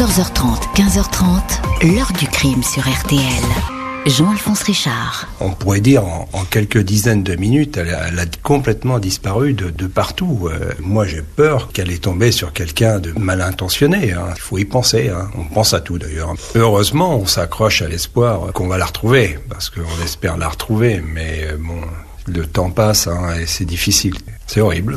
14h30, 15h30, l'heure du crime sur RTL. Jean-Alphonse Richard. On pourrait dire en quelques dizaines de minutes, elle a complètement disparu de partout. Moi, j'ai peur qu'elle est tombée sur quelqu'un de mal intentionné. Il faut y penser. On pense à tout d'ailleurs. Heureusement, on s'accroche à l'espoir qu'on va la retrouver, parce qu'on espère la retrouver. Mais bon, le temps passe et c'est difficile. C'est horrible.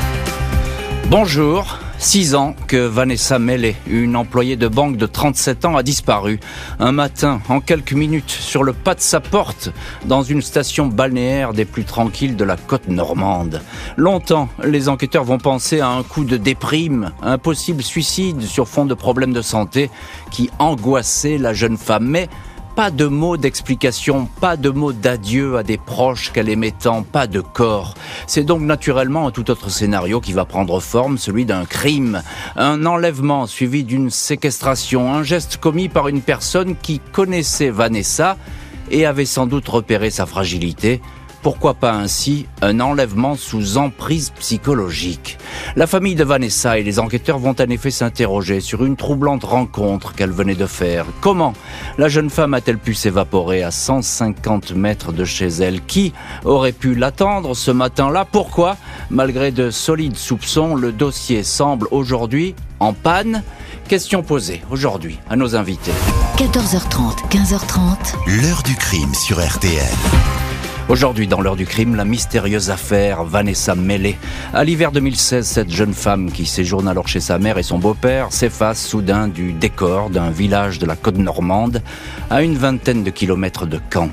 Bonjour. 6 ans que Vanessa Mellet, une employée de banque de 37 ans, a disparu. Un matin, en quelques minutes, sur le pas de sa porte, dans une station balnéaire des plus tranquilles de la côte normande. Longtemps, les enquêteurs vont penser à un coup de déprime, un possible suicide sur fond de problèmes de santé qui angoissait la jeune femme. Mais pas de mots d'explication, pas de mots d'adieu à des proches qu'elle aimait tant, pas de corps. C'est donc naturellement un tout autre scénario qui va prendre forme, celui d'un crime. Un enlèvement suivi d'une séquestration, un geste commis par une personne qui connaissait Vanessa et avait sans doute repéré sa fragilité. Pourquoi pas ainsi un enlèvement sous emprise psychologique? La famille de Vanessa et les enquêteurs vont en effet s'interroger sur une troublante rencontre qu'elle venait de faire. Comment la jeune femme a-t-elle pu s'évaporer à 150 mètres de chez elle? Qui aurait pu l'attendre ce matin-là? Pourquoi, malgré de solides soupçons, le dossier semble aujourd'hui en panne? Question posée aujourd'hui à nos invités. 14h30, 15h30, l'heure du crime sur RTL. Aujourd'hui, dans l'heure du crime, la mystérieuse affaire Vanessa Mellet. À l'hiver 2016, cette jeune femme qui séjourne alors chez sa mère et son beau-père s'efface soudain du décor d'un village de la côte normande à une vingtaine de kilomètres de Caen.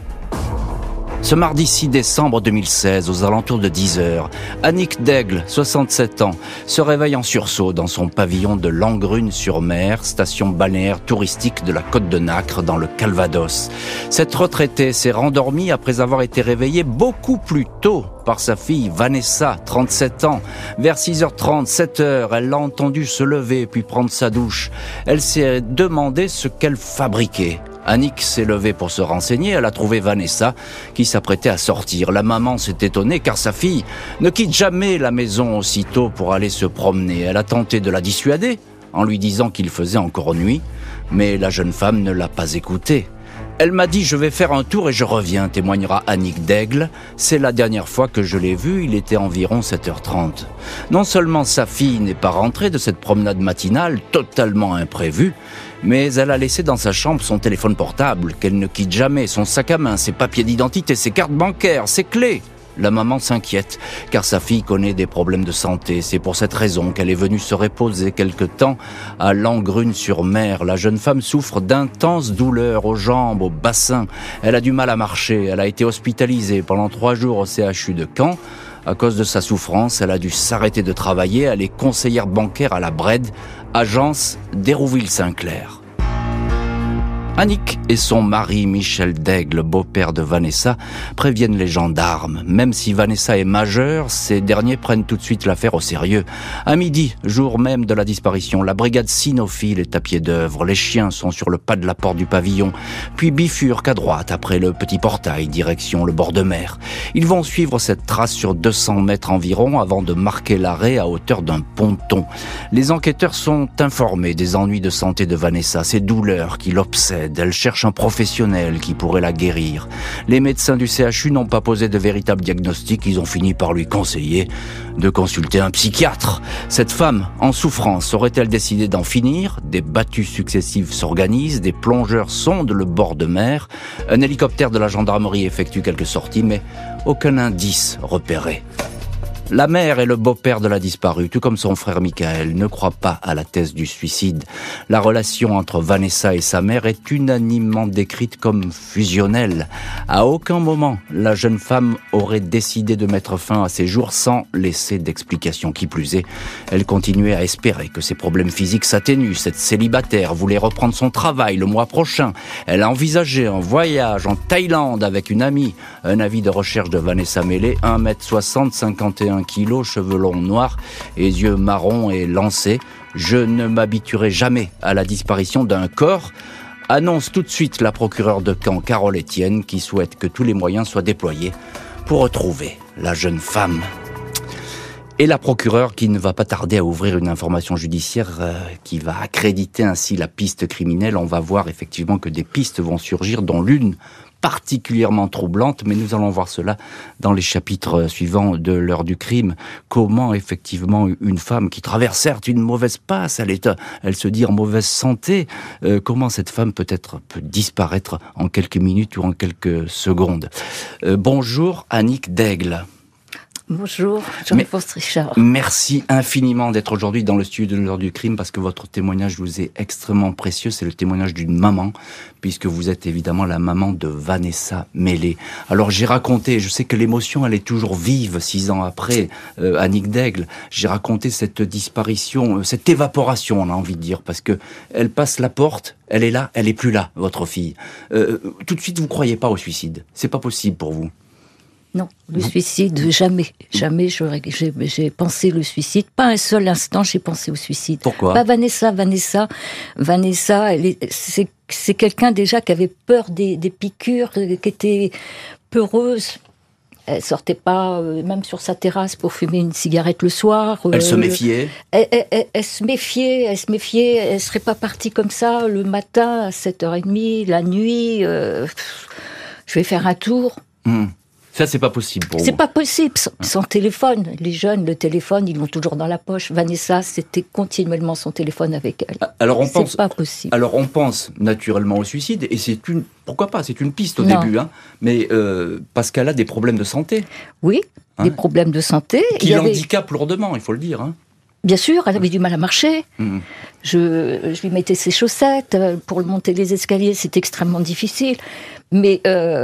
Ce mardi 6 décembre 2016, aux alentours de 10h, Annick Daigle, 67 ans, se réveille en sursaut dans son pavillon de Langrune-sur-Mer, station balnéaire touristique de la Côte de Nacre dans le Calvados. Cette retraitée s'est rendormie après avoir été réveillée beaucoup plus tôt par sa fille Vanessa, 37 ans. Vers 6h30, 7h, elle l'a entendue se lever puis prendre sa douche. Elle s'est demandé ce qu'elle fabriquait. Annick s'est levée pour se renseigner, elle a trouvé Vanessa qui s'apprêtait à sortir. La maman s'est étonnée car sa fille ne quitte jamais la maison aussitôt pour aller se promener. Elle a tenté de la dissuader en lui disant qu'il faisait encore nuit, mais la jeune femme ne l'a pas écoutée. Elle m'a dit « Je vais faire un tour et je reviens », témoignera Annick Daigle. C'est la dernière fois que je l'ai vue, il était environ 7h30. Non seulement sa fille n'est pas rentrée de cette promenade matinale, totalement imprévue, mais elle a laissé dans sa chambre son téléphone portable, qu'elle ne quitte jamais, son sac à main, ses papiers d'identité, ses cartes bancaires, ses clés. La maman s'inquiète, car sa fille connaît des problèmes de santé. C'est pour cette raison qu'elle est venue se reposer quelque temps à Langrune-sur-Mer. La jeune femme souffre d'intenses douleurs aux jambes, au bassin. Elle a du mal à marcher. Elle a été hospitalisée pendant 3 jours au CHU de Caen. À cause de sa souffrance, elle a dû s'arrêter de travailler. Elle est conseillère bancaire à la Bred, agence d'Hérouville-Saint-Clair. Annick et son mari Michel Daigle, beau-père de Vanessa, préviennent les gendarmes. Même si Vanessa est majeure, ces derniers prennent tout de suite l'affaire au sérieux. À midi, jour même de la disparition, la brigade cynophile est à pied d'œuvre. Les chiens sont sur le pas de la porte du pavillon, puis bifurquent à droite après le petit portail, direction le bord de mer. Ils vont suivre cette trace sur 200 mètres environ avant de marquer l'arrêt à hauteur d'un ponton. Les enquêteurs sont informés des ennuis de santé de Vanessa, ses douleurs qui l'obsèdent. Elle cherche un professionnel qui pourrait la guérir. Les médecins du CHU n'ont pas posé de véritable diagnostic. Ils ont fini par lui conseiller de consulter un psychiatre. Cette femme, en souffrance, aurait-elle décidé d'en finir? Des battues successives s'organisent, des plongeurs sondent le bord de mer. Un hélicoptère de la gendarmerie effectue quelques sorties, mais aucun indice repéré. La mère et le beau-père de la disparue, tout comme son frère Michael, ne croient pas à la thèse du suicide. La relation entre Vanessa et sa mère est unanimement décrite comme fusionnelle. À aucun moment, la jeune femme aurait décidé de mettre fin à ses jours sans laisser d'explication. Qui plus est, elle continuait à espérer que ses problèmes physique s'atténuent. Cette célibataire voulait reprendre son travail le mois prochain. Elle a envisagé un voyage en Thaïlande avec une amie. Un avis de recherche de Vanessa Mellet, 1m60, 51 kilos, cheveux longs noirs et yeux marrons et lancés. Je ne m'habituerai jamais à la disparition d'un corps, annonce tout de suite la procureure de Caen, Carole Etienne, qui souhaite que tous les moyens soient déployés pour retrouver la jeune femme. Et la procureure qui ne va pas tarder à ouvrir une information judiciaire qui va accréditer ainsi la piste criminelle. On va voir effectivement que des pistes vont surgir, dont l'une particulièrement troublante, mais nous allons voir cela dans les chapitres suivants de l'heure du crime. Comment effectivement une femme qui traverse certes une mauvaise passe, elle se dit en mauvaise santé, comment cette femme peut disparaître en quelques minutes ou en quelques secondes. Bonjour Annick Daigle. Bonjour, Jean-Alphonse Richard. Merci infiniment d'être aujourd'hui dans le studio de l'heure du crime parce que votre témoignage vous est extrêmement précieux. C'est le témoignage d'une maman, puisque vous êtes évidemment la maman de Vanessa Mellé. Alors j'ai raconté, je sais que l'émotion elle est toujours vive 6 ans après, Annick Daigle. J'ai raconté cette disparition, cette évaporation, on a envie de dire, parce que elle passe la porte, elle est là, elle est plus là, votre fille. Tout de suite, vous croyez pas au suicide. C'est pas possible pour vous. Non, le suicide, jamais. Jamais j'ai pensé le suicide. Pas un seul instant, j'ai pensé au suicide. Pourquoi ? Pas Vanessa, c'est quelqu'un déjà qui avait peur des piqûres, qui était peureuse. Elle sortait pas, même sur sa terrasse, pour fumer une cigarette le soir. Elle se méfiait. Elle se méfiait. Elle serait pas partie comme ça le matin à 7h30, la nuit. Je vais faire un tour. Ça, c'est pas possible pour vous. C'est pas possible. Son téléphone, les jeunes, le téléphone, ils l'ont toujours dans la poche. Vanessa, c'était continuellement son téléphone avec elle. Alors c'est pas possible. Alors on pense naturellement au suicide, et pourquoi pas, c'est une piste au début, mais parce qu'elle a des problèmes de santé. Oui, des problèmes de santé. Qui l'handicapent lourdement, il faut le dire. Bien sûr, elle avait du mal à marcher. Je lui mettais ses chaussettes. Pour monter les escaliers, c'est extrêmement difficile. Mais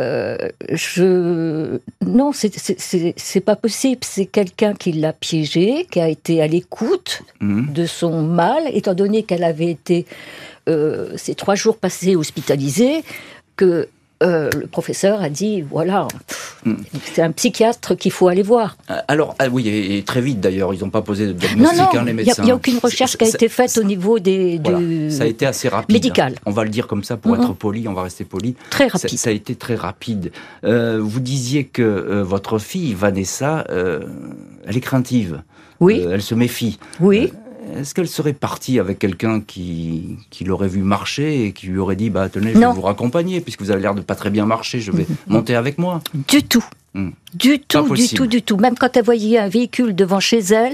non, c'est pas possible. C'est quelqu'un qui l'a piégée, qui a été à l'écoute de son mal, étant donné qu'elle avait été ces 3 jours passés hospitalisée, que le professeur a dit, voilà, c'est un psychiatre qu'il faut aller voir. Alors, oui, et très vite d'ailleurs, ils n'ont pas posé de diagnostic, les médecins. Il n'y a aucune recherche qui a été faite au niveau ça a été assez rapide. Médical. On va le dire comme ça pour être poli, on va rester poli. Très rapide. Ça a été très rapide. Vous disiez que votre fille, Vanessa, elle est craintive. Oui. Elle se méfie. Oui. Est-ce qu'elle serait partie avec quelqu'un qui l'aurait vu marcher et qui lui aurait dit tenez, je vais vous raccompagner puisque vous avez l'air de pas très bien marcher, je vais monter avec moi? Du tout. Du tout. Même quand elle voyait un véhicule devant chez elle,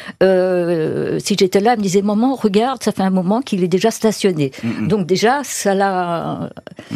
si j'étais là, elle me disait, maman, regarde, ça fait un moment qu'il est déjà stationné. Donc déjà, ça l'a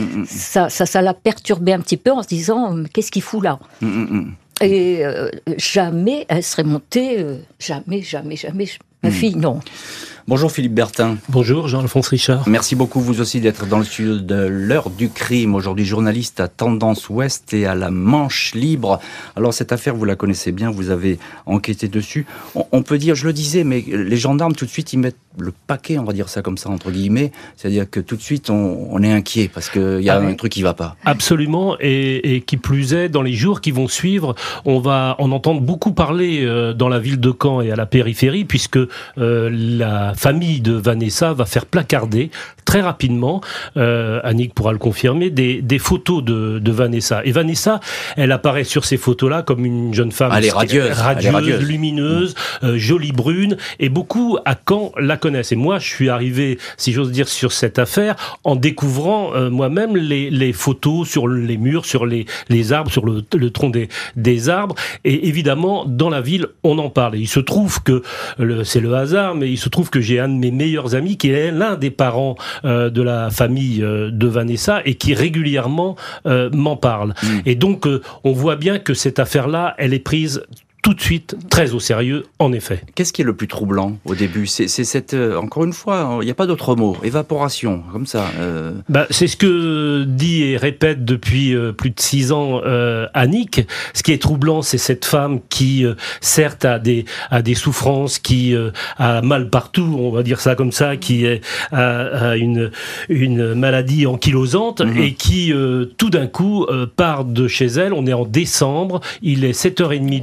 perturbé un petit peu en se disant, qu'est-ce qu'il fout là? Et jamais elle serait montée, jamais. Ma fille, non. Bonjour Philippe Bertin. Bonjour Jean-Alphonse Richard. Merci beaucoup vous aussi d'être dans le studio de l'heure du crime. Aujourd'hui journaliste à Tendance Ouest et à la Manche Libre. Alors cette affaire, vous la connaissez bien, vous avez enquêté dessus. On peut dire, je le disais, mais les gendarmes tout de suite ils mettent le paquet, on va dire ça comme ça entre guillemets. C'est-à-dire que tout de suite on est inquiet parce qu'il y a un truc qui va pas. Absolument, et qui plus est, dans les jours qui vont suivre, on va en entendre beaucoup parler dans la ville de Caen et à la périphérie, puisque la famille de Vanessa va faire placarder très rapidement, Annick pourra le confirmer, des photos de Vanessa. Et Vanessa, elle apparaît sur ces photos-là comme une jeune femme radieuse, lumineuse, jolie brune, et beaucoup à Caen la connaissent. Et moi, je suis arrivé, si j'ose dire, sur cette affaire en découvrant moi-même les photos sur les murs, sur les arbres, sur le tronc des arbres. Et évidemment, dans la ville, on en parle. Et il se trouve que, c'est le hasard, mais il se trouve que j'ai un de mes meilleurs amis qui est l'un des parents de la famille de Vanessa et qui régulièrement m'en parle. Et donc, on voit bien que cette affaire-là, elle est prise tout de suite très au sérieux, en effet. Qu'est-ce qui est le plus troublant au début? C'est cette, encore une fois, il n'y a pas d'autre mot, évaporation, comme ça. C'est ce que dit et répète depuis plus de 6 ans Annick. Ce qui est troublant, c'est cette femme qui, certes, a des souffrances, qui a mal partout, on va dire ça comme ça, qui a une maladie ankylosante et qui, tout d'un coup, part de chez elle. On est en décembre, il est 7h30 du matin.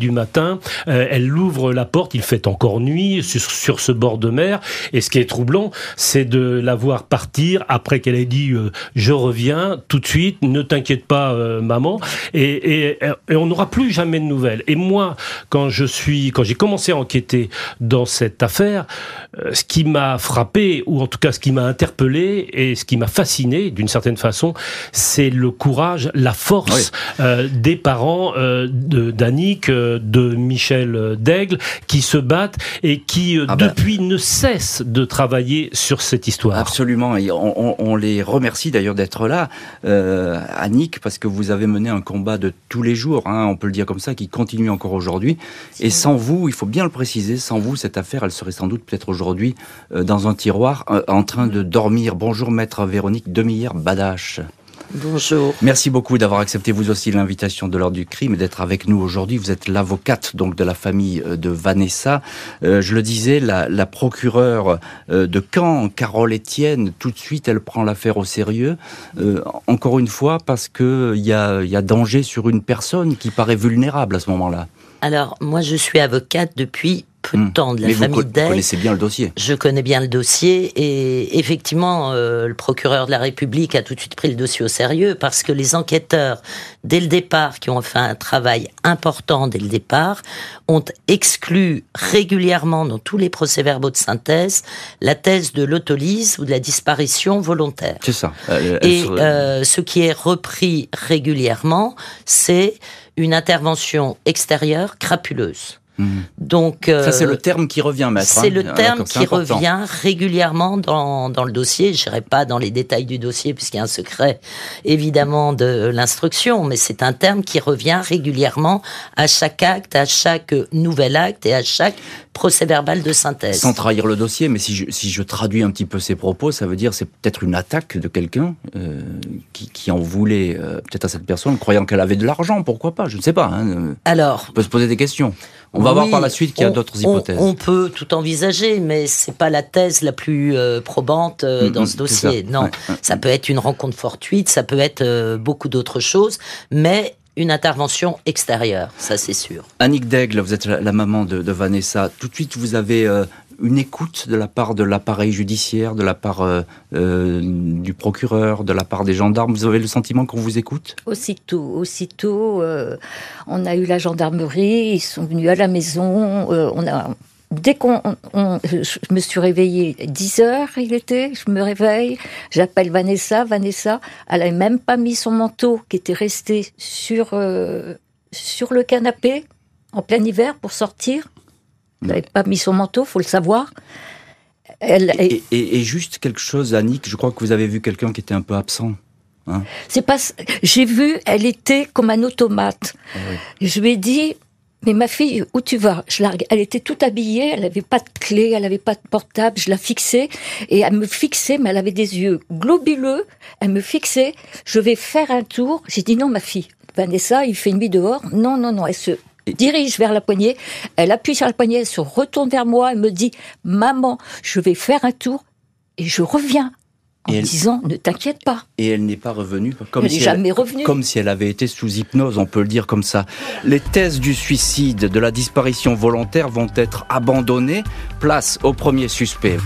matin, elle ouvre la porte, il fait encore nuit sur ce bord de mer, et ce qui est troublant, c'est de la voir partir après qu'elle ait dit je reviens tout de suite, ne t'inquiète pas maman, et on n'aura plus jamais de nouvelles. Et moi, quand j'ai commencé à enquêter dans cette affaire, ce qui m'a frappé, ou en tout cas ce qui m'a interpellé et ce qui m'a fasciné d'une certaine façon, c'est le courage, la force des parents d'Annick, de Michel Daigle, qui se battent et qui depuis ne cessent de travailler sur cette histoire. Absolument, et on les remercie d'ailleurs d'être là, Annick, parce que vous avez mené un combat de tous les jours, on peut le dire comme ça, qui continue encore aujourd'hui. Et sans vous, il faut bien le préciser, sans vous, cette affaire, elle serait sans doute peut-être aujourd'hui dans un tiroir en train de dormir. Bonjour maître Véronique Demillère-Badache. Bonjour. Merci beaucoup d'avoir accepté vous aussi l'invitation de l'Ordre du Crime et d'être avec nous aujourd'hui. Vous êtes l'avocate donc de la famille de Vanessa. Je le disais, la procureure de Caen, Carole Etienne, tout de suite elle prend l'affaire au sérieux. Encore une fois parce que il y a danger sur une personne qui paraît vulnérable à ce moment-là. Alors moi je suis avocate depuis peu de temps de la famille Daigle. Vous connaissez bien le dossier. Je connais bien le dossier et effectivement, le procureur de la République a tout de suite pris le dossier au sérieux parce que les enquêteurs, dès le départ, qui ont fait un travail important dès le départ, ont exclu régulièrement dans tous les procès-verbaux de synthèse la thèse de l'autolyse ou de la disparition volontaire. C'est ça. Ce qui est repris régulièrement, c'est une intervention extérieure crapuleuse. Donc, ça c'est le terme qui revient, maître. C'est le terme qui revient régulièrement dans le dossier. Je n'irai pas dans les détails du dossier puisqu'il y a un secret évidemment de l'instruction, mais c'est un terme qui revient régulièrement à chaque acte, à chaque nouvel acte et à chaque procès-verbal de synthèse. Sans trahir le dossier, mais si je traduis un petit peu ses propos, ça veut dire c'est peut-être une attaque de quelqu'un qui en voulait peut-être à cette personne, croyant qu'elle avait de l'argent, pourquoi pas, je ne sais pas. Alors, on peut se poser des questions. On va voir par la suite qu'il y a d'autres hypothèses. On peut tout envisager, mais c'est pas la thèse la plus probante dans ce dossier. Ça. Non, ça peut être une rencontre fortuite, ça peut être beaucoup d'autres choses, mais une intervention extérieure, ça c'est sûr. Annick Daigle, vous êtes la maman de Vanessa. Tout de suite, vous avez une écoute de la part de l'appareil judiciaire, de la part du procureur, de la part des gendarmes. Vous avez le sentiment qu'on vous écoute ? Aussitôt, on a eu la gendarmerie, ils sont venus à la maison, dès je me suis réveillée, 10h il était, je me réveille, j'appelle Vanessa, elle n'avait même pas mis son manteau qui était resté sur le canapé en plein hiver pour sortir. Elle n'avait pas mis son manteau, faut le savoir. Et juste quelque chose, Annick, je crois que vous avez vu quelqu'un qui était un peu absent. C'est pas. J'ai vu, elle était comme un automate. Oui. Je lui ai dit, mais ma fille, où tu vas ? Elle était toute habillée, elle n'avait pas de clé, elle n'avait pas de portable, je la fixais, et elle me fixait, mais elle avait des yeux globuleux, elle me fixait, je vais faire un tour. J'ai dit non, ma fille, Vanessa, il fait nuit dehors. Non, elle se dirige vers la poignée, elle appuie sur la poignée, elle se retourne vers moi, elle me dit, maman, je vais faire un tour, et je reviens. En disant, ne t'inquiète pas. Et elle n'est pas revenue, comme si elle avait été sous hypnose, on peut le dire comme ça. Les thèses du suicide, de la disparition volontaire vont être abandonnées. Place au premier suspect.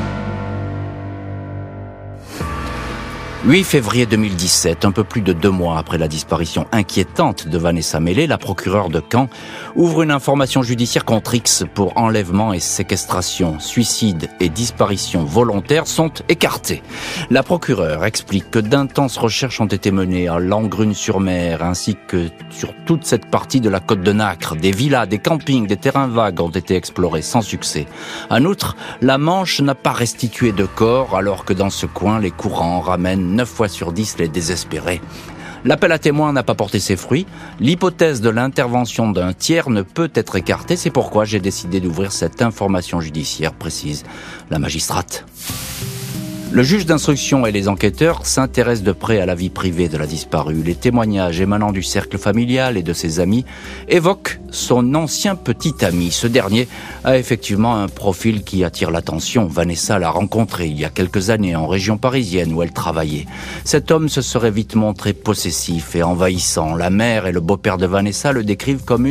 8 février 2017, un peu plus de 2 mois après la disparition inquiétante de Vanessa Mélé, la procureure de Caen ouvre une information judiciaire contre X pour enlèvement et séquestration. Suicide et disparition volontaire sont écartés. La procureure explique que d'intenses recherches ont été menées à Langrune-sur-Mer ainsi que sur toute cette partie de la côte de Nacre. Des villas, des campings, des terrains vagues ont été explorés sans succès. En outre, la Manche n'a pas restitué de corps alors que dans ce coin, les courants ramènent 9 fois sur 10 les désespérés. L'appel à témoins n'a pas porté ses fruits. L'hypothèse de l'intervention d'un tiers ne peut être écartée. C'est pourquoi j'ai décidé d'ouvrir cette information judiciaire, précise la magistrate. Le juge d'instruction et les enquêteurs s'intéressent de près à la vie privée de la disparue. Les témoignages émanant du cercle familial et de ses amis évoquent son ancien petit ami. Ce dernier a effectivement un profil qui attire l'attention. Vanessa l'a rencontré il y a quelques années en région parisienne où elle travaillait. Cet homme se serait vite montré possessif et envahissant. La mère et le beau-père de Vanessa le décrivent comme une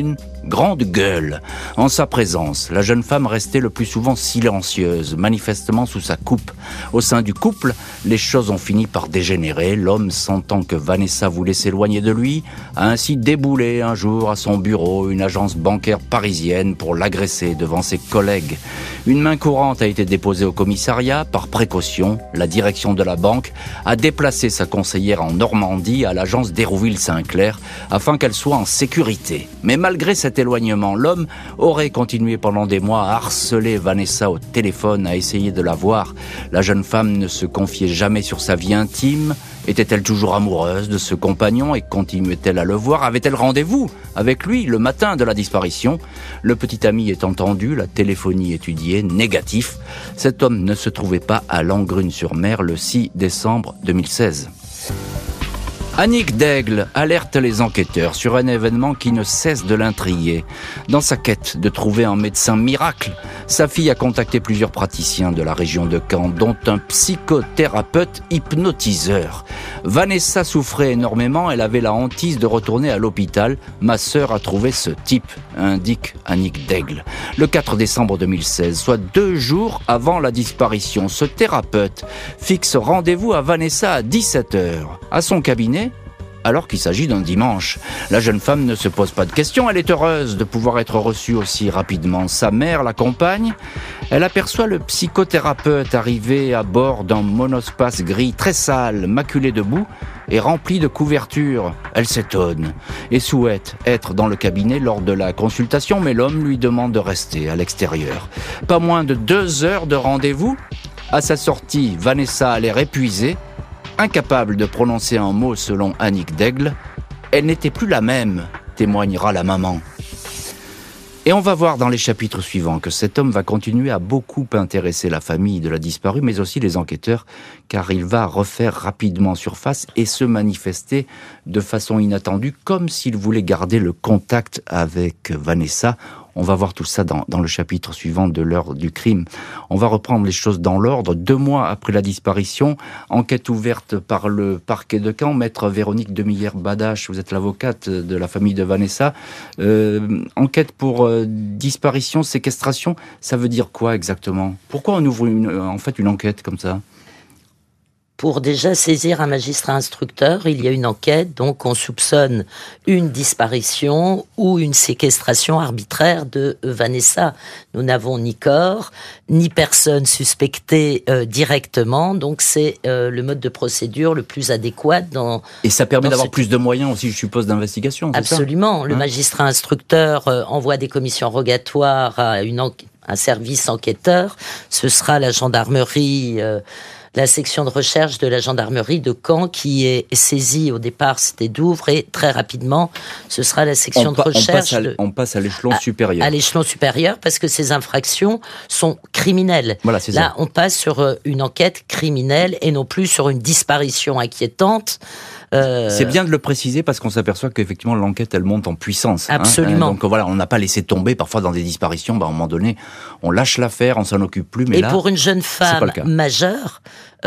grande gueule. En sa présence, la jeune femme restait le plus souvent silencieuse, manifestement sous sa coupe. Au sein du couple, les choses ont fini par dégénérer. L'homme, sentant que Vanessa voulait s'éloigner de lui, a ainsi déboulé un jour à son bureau une agence bancaire parisienne pour l'agresser devant ses collègues. Une main courante a été déposée au commissariat. Par précaution, la direction de la banque a déplacé sa conseillère en Normandie à l'agence d'Hérouville-Saint-Clair afin qu'elle soit en sécurité. Mais malgré cet éloignement, l'homme aurait continué pendant des mois à harceler Vanessa au téléphone, à essayer de la voir. La jeune femme ne se confiait jamais sur sa vie intime. Était-elle toujours amoureuse de ce compagnon et continuait-elle à le voir? Avait-elle rendez-vous avec lui le matin de la disparition? Le petit ami est entendu, la téléphonie étudiée, négatif. Cet homme ne se trouvait pas à Langrune-sur-Mer le 6 décembre 2016. Annick Daigle alerte les enquêteurs sur un événement qui ne cesse de l'intriguer. Dans sa quête de trouver un médecin miracle, sa fille a contacté plusieurs praticiens de la région de Caen, dont un psychothérapeute hypnotiseur. Vanessa souffrait énormément, elle avait la hantise de retourner à l'hôpital. Ma sœur a trouvé ce type, indique Annick Daigle. Le 4 décembre 2016, soit 2 jours avant la disparition, ce thérapeute fixe rendez-vous à Vanessa à 17h. À son cabinet, alors qu'il s'agit d'un dimanche. La jeune femme ne se pose pas de questions, elle est heureuse de pouvoir être reçue aussi rapidement. Sa mère l'accompagne, elle aperçoit le psychothérapeute arriver à bord d'un monospace gris très sale, maculé de boue et rempli de couvertures. Elle s'étonne et souhaite être dans le cabinet lors de la consultation, mais l'homme lui demande de rester à l'extérieur. Pas moins de 2 heures de rendez-vous. À sa sortie, Vanessa a l'air épuisée, incapable de prononcer un mot selon Annick Daigle. Elle n'était plus la même, témoignera la maman. Et on va voir dans les chapitres suivants que cet homme va continuer à beaucoup intéresser la famille de la disparue, mais aussi les enquêteurs, car il va refaire rapidement surface et se manifester de façon inattendue, comme s'il voulait garder le contact avec Vanessa. On va voir tout ça dans le chapitre suivant de l'heure du crime. On va reprendre les choses dans l'ordre. 2 mois après la disparition, enquête ouverte par le parquet de Caen. Maître Véronique Demillère-Badache, vous êtes l'avocate de la famille de Vanessa. Enquête pour disparition, séquestration, ça veut dire quoi exactement? Pourquoi on ouvre une enquête comme ça? Pour déjà saisir un magistrat instructeur, il y a une enquête, donc on soupçonne une disparition ou une séquestration arbitraire de Vanessa. Nous n'avons ni corps, ni personne suspectée directement, donc c'est le mode de procédure le plus adéquat dans... Et ça permet d'avoir plus de moyens aussi, je suppose, d'investigation, c'est absolument. Le magistrat instructeur envoie des commissions rogatoires à un service enquêteur. Ce sera la gendarmerie... la section de recherche de la gendarmerie de Caen qui est saisie. Au départ, c'était Douvres et très rapidement, ce sera la section de recherche. On passe à l'échelon supérieur. À l'échelon supérieur parce que ces infractions sont criminelles. Voilà, c'est là, ça. On passe sur une enquête criminelle et non plus sur une disparition inquiétante. C'est bien de le préciser parce qu'on s'aperçoit qu'effectivement l'enquête elle monte en puissance. Absolument. Donc voilà, on n'a pas laissé tomber parfois dans des disparitions. À un moment donné, on lâche l'affaire, on s'en occupe plus. Mais et là, pour une jeune femme majeure,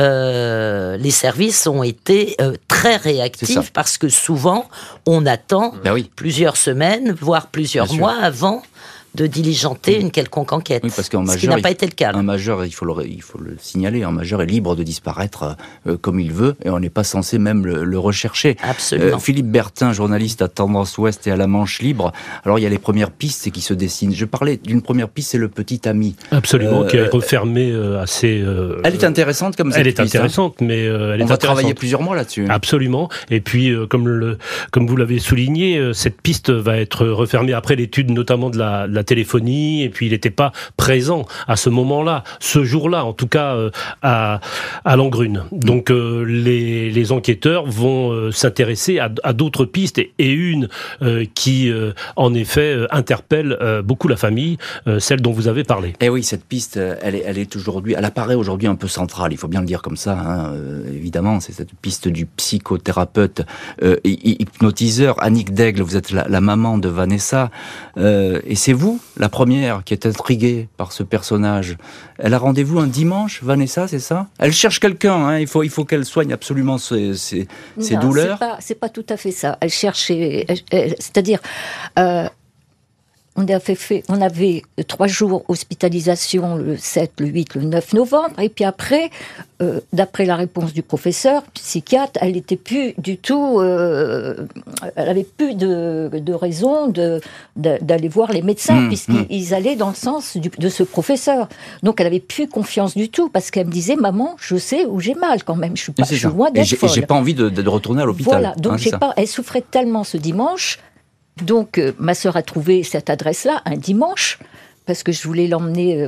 les services ont été très réactifs parce que souvent on attend plusieurs semaines, voire plusieurs mois avant de diligenter une quelconque enquête. Oui, parce qu'un majeur, ce qui n'a pas été le cas. Un majeur, il faut le signaler, un majeur est libre de disparaître comme il veut et on n'est pas censé même le rechercher. Absolument. Philippe Bertin, journaliste à Tendance Ouest et à La Manche Libre. Alors il y a les premières pistes qui se dessinent. Je parlais d'une première piste, c'est le petit ami. Absolument, qui est refermé assez... Elle est intéressante comme cette piste. Elle est intéressante, mais elle est On va travailler plusieurs mois là-dessus. Absolument. Et puis, comme vous l'avez souligné, cette piste va être refermée après l'étude notamment de la téléphonie, et puis il n'était pas présent à ce moment-là, ce jour-là, en tout cas à Langrune. Donc les enquêteurs vont s'intéresser à d'autres pistes, et une qui, en effet, interpelle beaucoup la famille, celle dont vous avez parlé. Et oui, cette piste, elle apparaît aujourd'hui un peu centrale, il faut bien le dire comme ça, évidemment, c'est cette piste du psychothérapeute hypnotiseur. Annick Daigle, vous êtes la maman de Vanessa, et c'est vous, la première, qui est intriguée par ce personnage. Elle a rendez-vous un dimanche, Vanessa, c'est ça? Elle cherche quelqu'un, il faut qu'elle soigne absolument ses douleurs. C'est pas tout à fait ça. Elle cherchait, c'est-à-dire, On avait 3 jours hospitalisation, le 7, le 8, le 9 novembre. Et puis après, d'après la réponse du professeur, psychiatre, elle n'était plus du tout... elle n'avait plus de raison d'aller voir les médecins, puisqu'ils allaient dans le sens de ce professeur. Donc elle n'avait plus confiance du tout, parce qu'elle me disait, maman, je sais où j'ai mal quand même. Je suis loin d'être folle. Et j'ai pas envie de retourner à l'hôpital. Voilà, donc elle souffrait tellement ce dimanche. Donc, ma sœur a trouvé cette adresse-là un dimanche, parce que je voulais l'emmener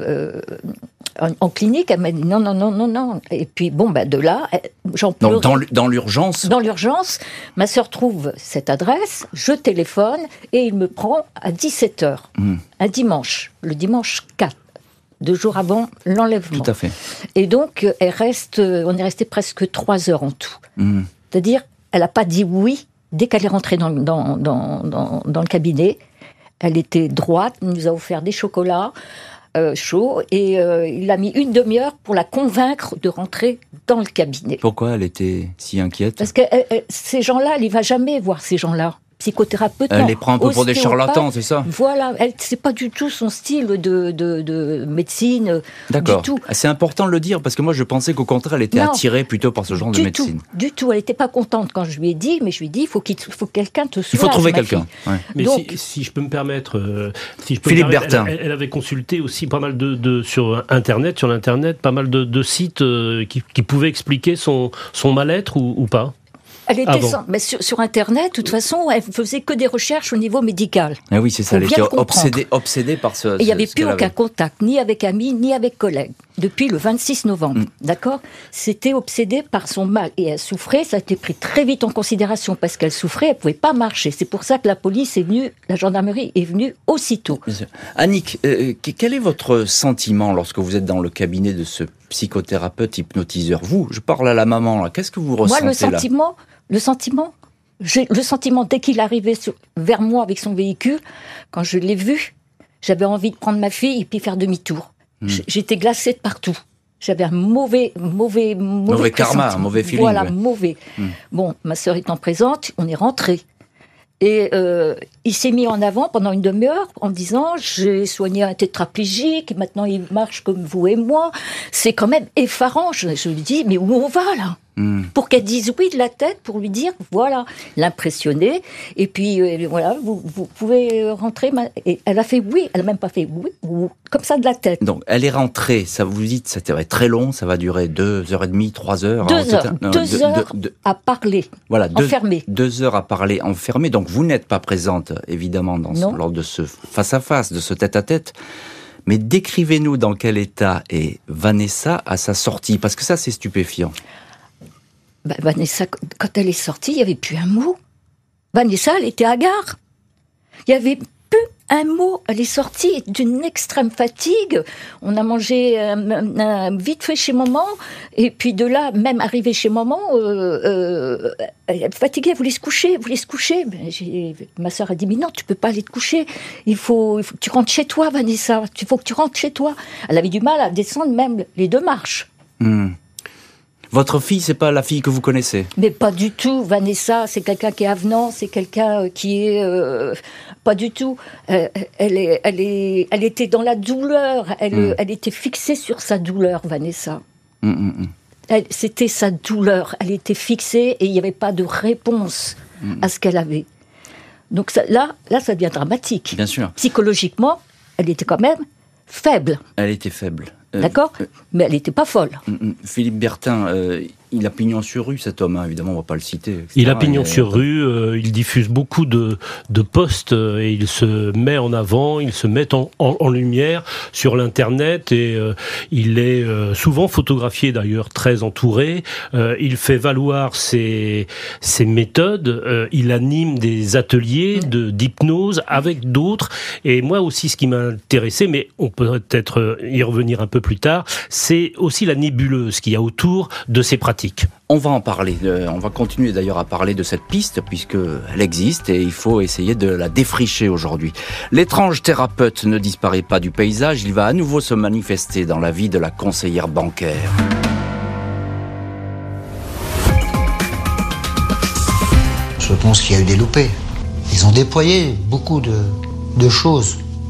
en clinique. Elle m'a dit non. Et puis, de là, j'en pleurais. Donc, dans l'urgence. Dans l'urgence, ma sœur trouve cette adresse, je téléphone, et il me prend à 17h, un dimanche, le dimanche 4. 2 jours avant l'enlèvement. Tout à fait. Et donc, on est resté presque 3 heures en tout. C'est-à-dire, elle n'a pas dit oui. Dès qu'elle est rentrée dans le cabinet, elle était droite, il nous a offert des chocolats chauds, et il a mis une demi-heure pour la convaincre de rentrer dans le cabinet. Pourquoi elle était si inquiète ? Parce que ces gens-là, elle ne va jamais voir ces gens-là. Psychothérapeute, elle les prend un peu pour des charlatans, c'est ça ? Voilà, c'est pas du tout son style de médecine. D'accord. Du tout. C'est important de le dire, parce que moi je pensais qu'au contraire elle était attirée plutôt par ce genre de médecine. Du tout, elle n'était pas contente quand je lui ai dit, mais je lui ai dit, il faut que quelqu'un te soulage. Il faut trouver quelqu'un. Ouais. Mais donc, si je peux me permettre, Philippe Bertin. Elle avait consulté aussi pas mal sur l'internet, pas mal de sites qui pouvaient expliquer son mal-être ou pas. Elle était mais sur Internet, de toute façon, elle faisait que des recherches au niveau médical. Ah oui, c'est ça, elle était obsédée par ce... Il n'y avait plus aucun contact, ni avec amis, ni avec collègues, depuis le 26 novembre, d'accord ? C'était obsédée par son mal, et elle souffrait, ça a été pris très vite en considération, parce qu'elle souffrait, elle ne pouvait pas marcher. C'est pour ça que la police est venue, la gendarmerie est venue aussitôt. Annick, quel est votre sentiment lorsque vous êtes dans le cabinet de ce psychothérapeute hypnotiseur ? Vous, je parle à la maman, là, qu'est-ce que vous ressentez là ? J'ai le sentiment, dès qu'il arrivait vers moi avec son véhicule, quand je l'ai vu, j'avais envie de prendre ma fille et puis faire demi-tour. J'étais glacée de partout. J'avais un mauvais karma, un mauvais feeling. Voilà, mauvais. Bon, ma sœur étant présente, on est rentrés. Et il s'est mis en avant pendant une demi-heure en disant « J'ai soigné un tétraplégique, maintenant il marche comme vous et moi. » C'est quand même effarant. Je lui dis « Mais où on va là ?» Pour qu'elle dise oui de la tête, pour lui dire voilà, l'impressionner. Et puis voilà, vous pouvez rentrer. Et elle a fait oui, elle n'a même pas fait oui, comme ça de la tête. Donc elle est rentrée, ça vous dites, ça va être très long, ça va durer 2h30, 3 heures. 2 heures, 2 heures à parler, voilà, enfermée. 2 heures à parler, enfermée. Donc vous n'êtes pas présente, évidemment, lors de ce face-à-face, de ce tête-à-tête. Mais décrivez-nous dans quel état est Vanessa à sa sortie, parce que ça c'est stupéfiant. Vanessa, quand elle est sortie, il n'y avait plus un mot. Vanessa, elle était hagard. Il n'y avait plus un mot. Elle est sortie d'une extrême fatigue. On a mangé vite fait chez maman. Et puis de là, même arrivée chez maman, elle est fatiguée, elle voulait se coucher. Ma sœur a dit, mais non, tu ne peux pas aller te coucher. Il faut que tu rentres chez toi, Vanessa. Il faut que tu rentres chez toi. Elle avait du mal à descendre même les 2 marches. Votre fille, c'est pas la fille que vous connaissez ? Mais pas du tout. Vanessa, c'est quelqu'un qui est avenant, c'est quelqu'un qui est... pas du tout. Elle était dans la douleur. Elle était fixée sur sa douleur, Vanessa. C'était sa douleur. Elle était fixée et il n'y avait pas de réponse à ce qu'elle avait. Donc là, ça devient dramatique. Bien sûr. Psychologiquement, elle était quand même faible. Elle était faible. D'accord ? Mais elle n'était pas folle. Philippe Bertin, il a pignon sur rue, cet homme, hein, évidemment, on ne va pas le citer. Etc. Il a pignon sur rue, il diffuse beaucoup de posts et il se met en avant, il se met en lumière sur l'Internet et il est souvent photographié d'ailleurs, très entouré. Il fait valoir ses méthodes, il anime des ateliers d'hypnose avec d'autres. Et moi aussi, ce qui m'a intéressé, mais on peut peut-être y revenir un peu plus tard, c'est aussi la nébuleuse qu'il y a autour de ces pratiques. On va en parler, on va continuer d'ailleurs à parler de cette piste puisqu'elle existe et il faut essayer de la défricher aujourd'hui. L'étrange thérapeute ne disparaît pas du paysage, il va à nouveau se manifester dans la vie de la conseillère bancaire. Je pense qu'il y a eu des loupés. Ils ont déployé beaucoup de choses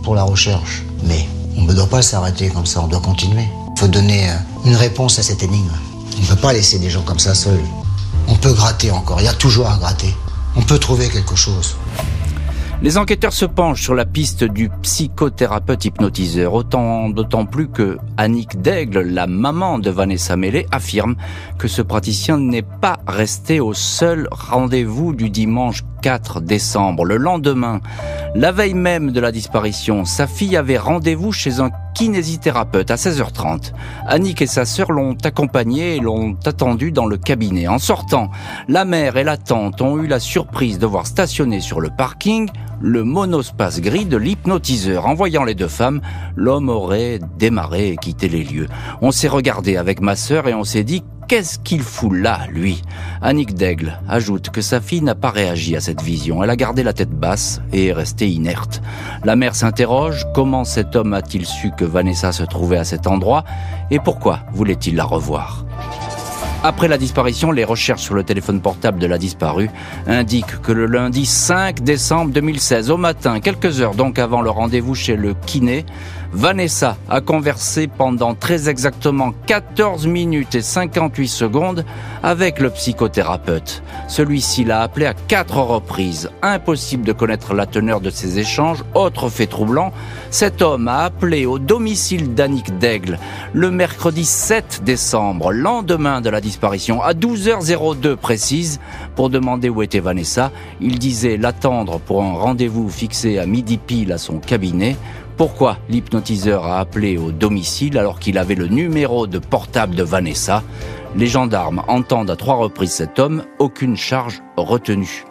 pour la recherche. Mais on ne doit pas s'arrêter comme ça, on doit continuer. Il faut donner une réponse à cette énigme. On ne peut pas laisser des gens comme ça seuls. On peut gratter encore, il y a toujours à gratter. On peut trouver quelque chose. Les enquêteurs se penchent sur la piste du psychothérapeute hypnotiseur, d'autant plus que Annick Daigle, la maman de Vanessa Mélé, affirme que ce praticien n'est pas resté au seul rendez-vous du dimanche 4 décembre. Le lendemain, la veille même de la disparition, sa fille avait rendez-vous chez un kinésithérapeute à 16h30. Annick et sa sœur l'ont accompagnée et l'ont attendue dans le cabinet. En sortant, la mère et la tante ont eu la surprise de voir stationner sur le parking le monospace gris de l'hypnotiseur. En voyant les deux femmes, l'homme aurait démarré et quitté les lieux. On s'est regardé avec ma sœur et on s'est dit: qu'est-ce qu'il fout là, lui ? Annick Daigle ajoute que sa fille n'a pas réagi à cette vision. Elle a gardé la tête basse et est restée inerte. La mère s'interroge: comment cet homme a-t-il su que Vanessa se trouvait à cet endroit et pourquoi voulait-il la revoir ? Après la disparition, les recherches sur le téléphone portable de la disparue indiquent que le lundi 5 décembre 2016, au matin, quelques heures donc avant le rendez-vous chez le kiné, Vanessa a conversé pendant très exactement 14 minutes et 58 secondes avec le psychothérapeute. Celui-ci l'a appelé à 4 reprises. Impossible de connaître la teneur de ces échanges. Autre fait troublant, cet homme a appelé au domicile d'Annick Daigle le mercredi 7 décembre, lendemain de la disparition, à 12h02 précise, pour demander où était Vanessa. Il disait l'attendre pour un rendez-vous fixé à midi pile à son cabinet. Pourquoi l'hypnotiseur a appelé au domicile alors qu'il avait le numéro de portable de Vanessa ? Les gendarmes entendent à 3 reprises cet homme, aucune charge retenue.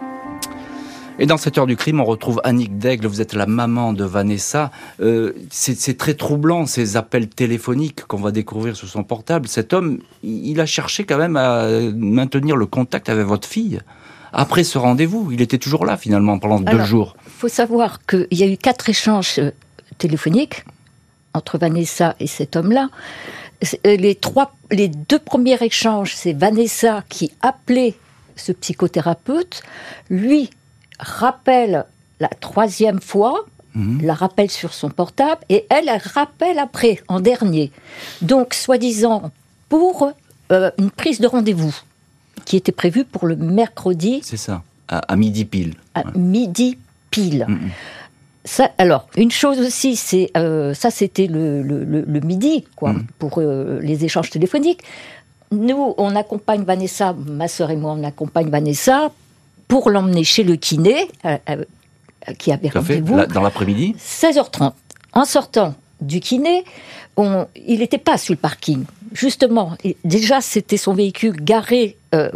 Et dans cette heure du crime, on retrouve Annick Daigle, vous êtes la maman de Vanessa. C'est très troublant, ces appels téléphoniques qu'on va découvrir sur son portable. Cet homme, il a cherché quand même à maintenir le contact avec votre fille. Après ce rendez-vous, il était toujours là finalement pendant 2 jours. Il faut savoir qu'il y a eu 4 échanges téléphonique entre Vanessa et cet homme-là. Les 2 premiers échanges, c'est Vanessa qui appelait ce psychothérapeute, lui rappelle la 3e fois, la rappelle sur son portable, et elle rappelle après, en dernier. Donc, soi-disant, pour une prise de rendez-vous qui était prévue pour le mercredi. C'est ça, à midi pile. À midi pile. Ça, alors, une chose aussi, c'est ça, c'était le midi, quoi, pour les échanges téléphoniques. Nous, on accompagne Vanessa, ma sœur et moi, on accompagne Vanessa pour l'emmener chez le kiné, qui avait rendez-vous. Dans l'après-midi 16h30. En sortant du kiné, il n'était pas sur le parking. Justement, déjà, c'était son véhicule garé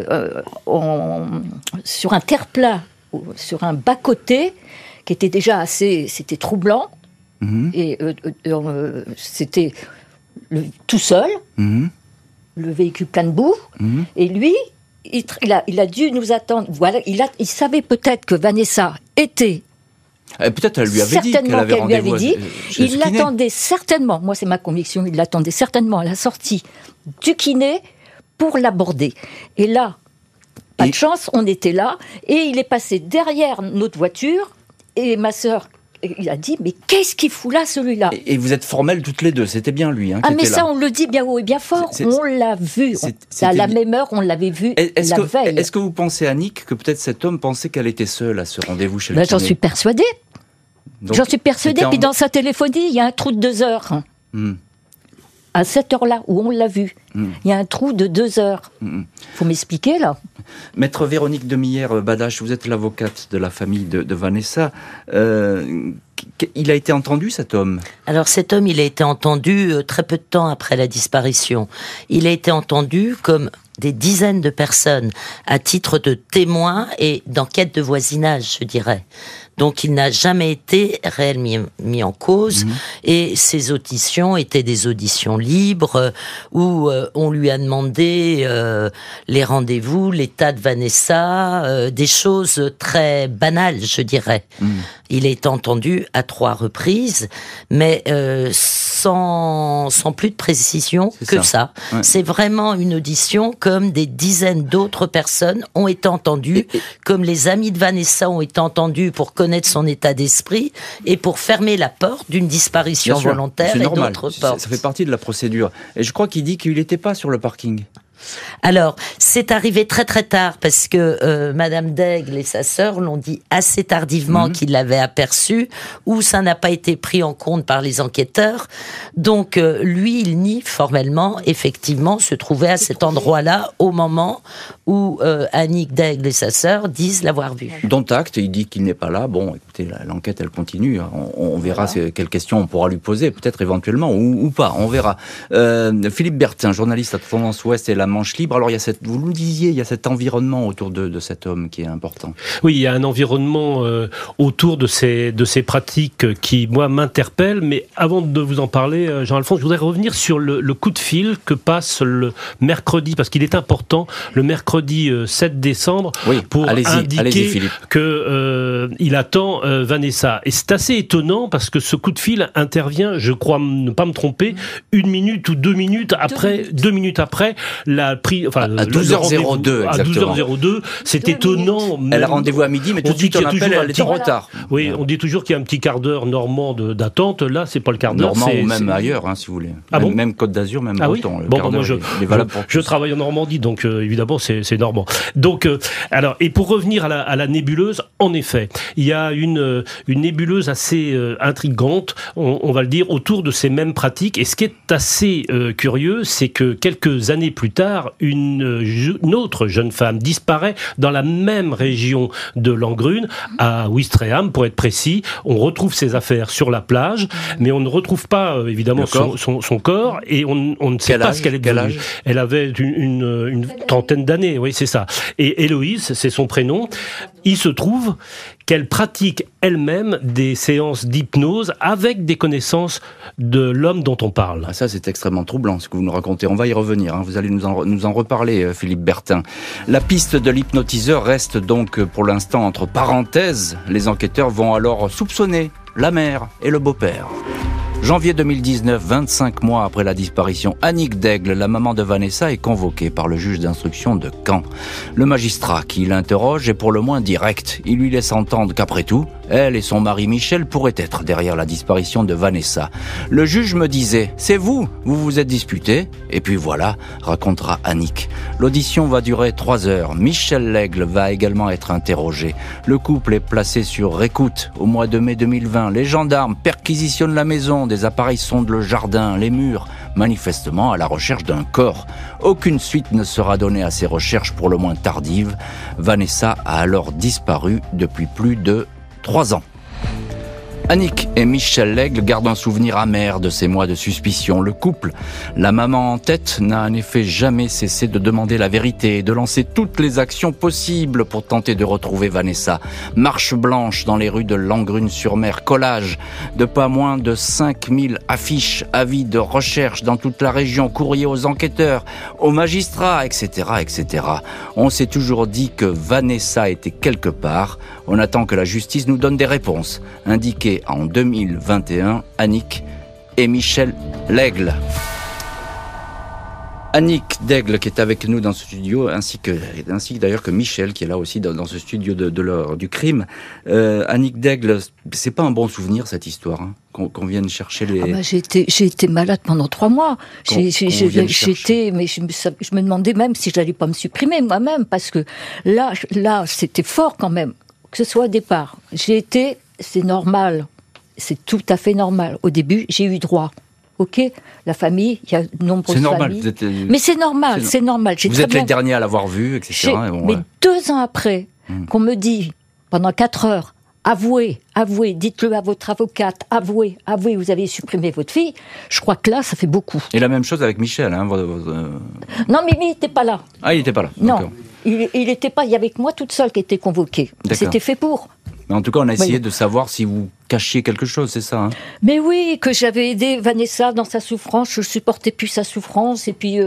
sur un terre-plein, sur un bas-côté, qui était déjà c'était troublant, et c'était tout seul, le véhicule plein de boue, et lui, il a dû nous attendre. Voilà, il savait peut-être que Vanessa était. Peut-être elle lui avait dit qu'elle avait rendez-vous. Il l'attendait certainement. Moi, c'est ma conviction. Il l'attendait certainement à la sortie du kiné pour l'aborder. Et là, pas de chance, on était là, et il est passé derrière notre voiture. Et ma sœur, il a dit, mais qu'est-ce qu'il fout là, celui-là ? Et vous êtes formelles toutes les deux, c'était bien lui qui était là. Mais ça, on le dit bien haut et bien fort, on l'a vu. À la même heure, on l'avait vu la veille. Est-ce que vous pensez, Annick, que peut-être cet homme pensait qu'elle était seule à ce rendez-vous chez le kiné ? J'en suis persuadée. Puis dans sa téléphonie, il y a un trou de 2 heures. À cette heure-là, où on l'a vu. Il y a un trou de 2 heures. Faut m'expliquer, là. Maître Véronique Demillère-Badache, vous êtes l'avocate de la famille de Vanessa. Il a été entendu, cet homme ? Alors, cet homme, il a été entendu très peu de temps après la disparition. Il a été entendu comme des dizaines de personnes à titre de témoins et d'enquête de voisinage, je dirais. Donc, il n'a jamais été réellement mis en cause, et ces auditions étaient des auditions libres où on lui a demandé les rendez-vous, l'état de Vanessa, des choses très banales, je dirais. Il est entendu à 3 reprises, mais sans plus de précision que ça. Ouais. C'est vraiment une audition comme des dizaines d'autres personnes ont été entendues, comme les amis de Vanessa ont été entendus pour connaître connaître son état d'esprit et pour fermer la porte d'une disparition volontaire et d'autres portes. Ça fait partie de la procédure. Et je crois qu'il dit qu'il n'était pas sur le parking. Alors, c'est arrivé très très tard parce que Madame Daigle et sa sœur l'ont dit assez tardivement qu'ils l'avaient aperçu, ou ça n'a pas été pris en compte par les enquêteurs. Donc, lui, il nie formellement, effectivement, se trouver à cet endroit-là au moment où Annick Daigle et sa sœur disent l'avoir vu. Dont acte, il dit qu'il n'est pas là. Bon, écoutez, l'enquête, elle continue. On verra quelles questions on pourra lui poser, peut-être éventuellement, ou pas, on verra. Philippe Bertin, journaliste à Tendance Ouest et La Manche Libre. Alors, vous nous disiez, il y a cet environnement autour de cet homme qui est important. Oui, il y a un environnement autour de ces pratiques qui, moi, m'interpellent. Mais avant de vous en parler, Jean-Alphonse, je voudrais revenir sur le coup de fil que passe le mercredi, parce qu'il est important, le mercredi 7 décembre, pour indiquer qu'il attend Vanessa. Et c'est assez étonnant parce que ce coup de fil intervient, je crois ne pas me tromper, 1 minute ou 2 minutes après, 2 minutes après à 12h02 à 12h02, c'est étonnant. Elle a rendez-vous à midi, mais tout de suite on appelle, elle est en retard. Oui, on dit toujours qu'il y a un petit quart d'heure normand d'attente. Là, c'est pas le quart d'heure. Normand ou même ailleurs, si vous voulez. Même Côte d'Azur, même Breton. Moi, je travaille en Normandie, donc évidemment, c'est normand. Donc, alors, et pour revenir à la nébuleuse, en effet, il y a une nébuleuse assez intrigante, on va le dire, autour de ces mêmes pratiques. Et ce qui est assez curieux, c'est que quelques années plus tard, une autre jeune femme disparaît dans la même région de Langrune, à Ouistreham, pour être précis. On retrouve ses affaires sur la plage, mais on ne retrouve pas, évidemment, son corps, et on ne sait pas ce qu'elle est devenue. Elle avait une trentaine d'années, oui, c'est ça. Et Héloïse, c'est son prénom. Il se trouve qu'elle pratique elle-même des séances d'hypnose avec des connaissances de l'homme dont on parle. Ça, c'est extrêmement troublant, ce que vous nous racontez. On va y revenir, vous allez nous en reparler, Philippe Bertin. La piste de l'hypnotiseur reste donc pour l'instant entre parenthèses. Les enquêteurs vont alors soupçonner la mère et le beau-père. Janvier 2019, 25 mois après la disparition, Annick Daigle, la maman de Vanessa, est convoquée par le juge d'instruction de Caen. Le magistrat qui l'interroge est pour le moins direct. Il lui laisse entendre qu'après tout, elle et son mari Michel pourraient être derrière la disparition de Vanessa. Le juge me disait, c'est vous vous êtes disputés, et puis voilà, racontera Annick. L'audition va durer 3 heures. Michel Laigle va également être interrogé. Le couple est placé sur écoute. Au mois de mai 2020, les gendarmes perquisitionnent la maison, des appareils sondent le jardin, les murs, manifestement à la recherche d'un corps. Aucune suite ne sera donnée à ces recherches, pour le moins tardives. Vanessa a alors disparu depuis plus de 3 ans. Annick et Michel Laigle gardent un souvenir amer de ces mois de suspicion. Le couple, la maman en tête, n'a en effet jamais cessé de demander la vérité et de lancer toutes les actions possibles pour tenter de retrouver Vanessa. Marche blanche dans les rues de Langrune-sur-Mer, collage de pas moins de 5000 affiches, avis de recherche dans toute la région, courrier aux enquêteurs, aux magistrats, etc., etc. On s'est toujours dit que Vanessa était quelque part. On attend que la justice nous donne des réponses, indiquées en 2021, Annick et Michel Laigle. Annick Daigle qui est avec nous dans ce studio, ainsi que d'ailleurs que Michel qui est là aussi dans ce studio de l'heure du crime. Annick Daigle, c'est pas un bon souvenir cette histoire, qu'on vienne chercher les... j'ai été malade pendant 3 mois. Mais je me demandais même si j'allais pas me supprimer moi-même, parce que là c'était fort quand même, que ce soit au départ. C'est normal, c'est tout à fait normal. Au début, j'ai eu droit. Ok, la famille, il y a de nombreuses familles. Mais c'est normal, c'est normal. Vous êtes les derniers à l'avoir vu, etc. Mais 2 ans après, qu'on me dit, pendant 4 heures, avouez, dites-le à votre avocate, avouez, vous avez supprimé votre fille, je crois que là, ça fait beaucoup. Et la même chose avec Michel. Non, mais il n'était pas là. Ah, il n'était pas là. Non, il n'était pas, il y avait que moi toute seule qui était convoquée. C'était fait pour. Mais en tout cas, on a essayé de savoir si vous cachiez quelque chose, c'est ça, hein? Mais oui, que j'avais aidé Vanessa dans sa souffrance, je supportais plus sa souffrance, et puis